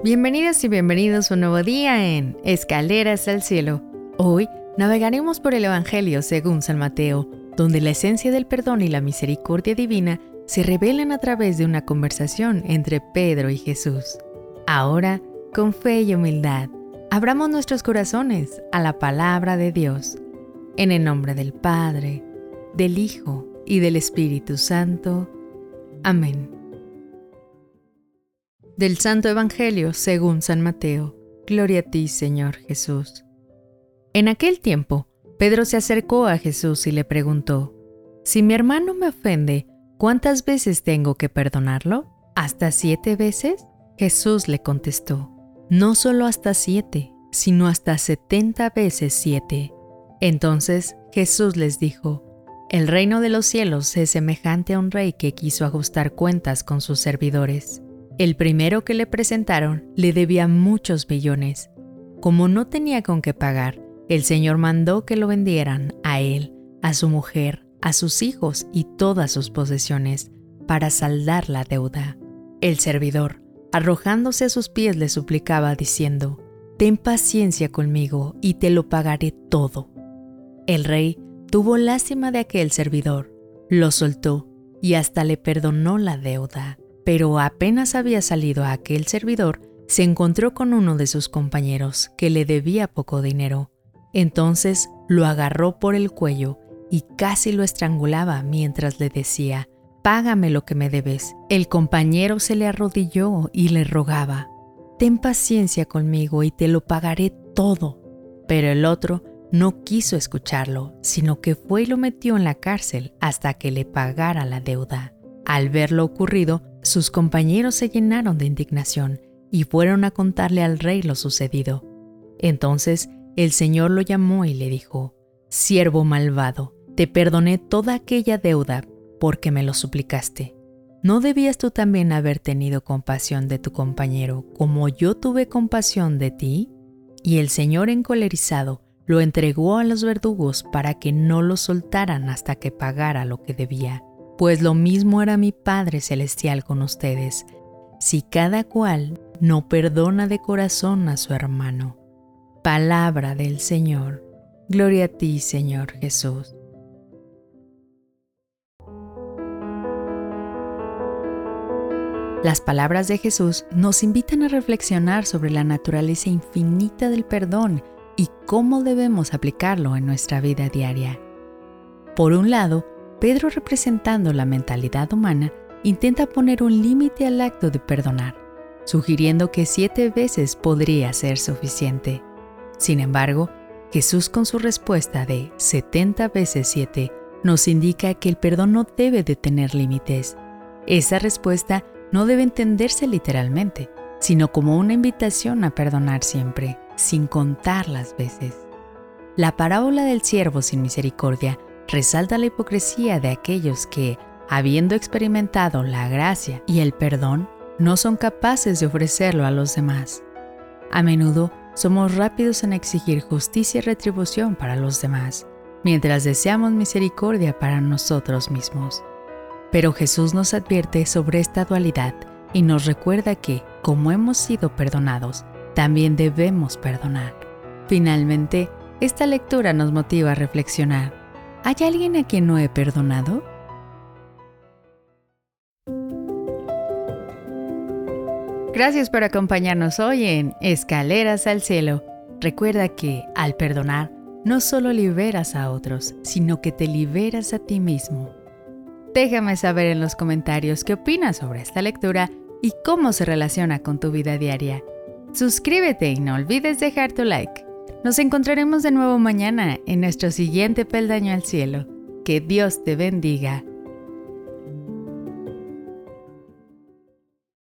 Bienvenidas y bienvenidos a un nuevo día en Escaleras al Cielo. Hoy navegaremos por el Evangelio según San Mateo, donde la esencia del perdón y la misericordia divina se revelan a través de una conversación entre Pedro y Jesús. Ahora, con fe y humildad, abramos nuestros corazones a la palabra de Dios. En el nombre del Padre, del Hijo y del Espíritu Santo. Amén. Del Santo Evangelio según San Mateo. Gloria a ti, Señor Jesús. En aquel tiempo, Pedro se acercó a Jesús y le preguntó: «Si mi hermano me ofende, ¿cuántas veces tengo que perdonarlo? ¿Hasta 7 veces?» Jesús le contestó: «No solo hasta 7, sino hasta 70 veces 7». Entonces Jesús les dijo: «El reino de los cielos es semejante a un rey que quiso ajustar cuentas con sus servidores. El primero que le presentaron le debía muchos millones. Como no tenía con qué pagar, el Señor mandó que lo vendieran a él, a su mujer, a sus hijos y todas sus posesiones para saldar la deuda. El servidor, arrojándose a sus pies, le suplicaba diciendo: «Ten paciencia conmigo y te lo pagaré todo». El rey tuvo lástima de aquel servidor, lo soltó y hasta le perdonó la deuda. Pero apenas había salido a aquel servidor, se encontró con uno de sus compañeros que le debía poco dinero. Entonces lo agarró por el cuello y casi lo estrangulaba mientras le decía: «Págame lo que me debes». El compañero se le arrodilló y le rogaba: «Ten paciencia conmigo y te lo pagaré todo». Pero el otro no quiso escucharlo, sino que fue y lo metió en la cárcel hasta que le pagara la deuda. Al ver lo ocurrido, sus compañeros se llenaron de indignación y fueron a contarle al rey lo sucedido. Entonces el Señor lo llamó y le dijo: «Siervo malvado, te perdoné toda aquella deuda porque me lo suplicaste. ¿No debías tú también haber tenido compasión de tu compañero como yo tuve compasión de ti?» Y el Señor, encolerizado, lo entregó a los verdugos para que no lo soltaran hasta que pagara lo que debía. Pues lo mismo hará mi Padre Celestial con ustedes, si cada cual no perdona de corazón a su hermano». Palabra del Señor. Gloria a ti, Señor Jesús. Las palabras de Jesús nos invitan a reflexionar sobre la naturaleza infinita del perdón y cómo debemos aplicarlo en nuestra vida diaria. Por un lado, Pedro, representando la mentalidad humana, intenta poner un límite al acto de perdonar, sugiriendo que 7 veces podría ser suficiente. Sin embargo, Jesús, con su respuesta de 70 veces 7, nos indica que el perdón no debe de tener límites. Esa respuesta no debe entenderse literalmente, sino como una invitación a perdonar siempre, sin contar las veces. La parábola del siervo sin misericordia resalta la hipocresía de aquellos que, habiendo experimentado la gracia y el perdón, no son capaces de ofrecerlo a los demás. A menudo somos rápidos en exigir justicia y retribución para los demás, mientras deseamos misericordia para nosotros mismos. Pero Jesús nos advierte sobre esta dualidad y nos recuerda que, como hemos sido perdonados, también debemos perdonar. Finalmente, esta lectura nos motiva a reflexionar: ¿hay alguien a quien no he perdonado? Gracias por acompañarnos hoy en Escaleras al Cielo. Recuerda que, al perdonar, no solo liberas a otros, sino que te liberas a ti mismo. Déjame saber en los comentarios qué opinas sobre esta lectura y cómo se relaciona con tu vida diaria. Suscríbete y no olvides dejar tu like. Nos encontraremos de nuevo mañana en nuestro siguiente peldaño al cielo. Que Dios te bendiga.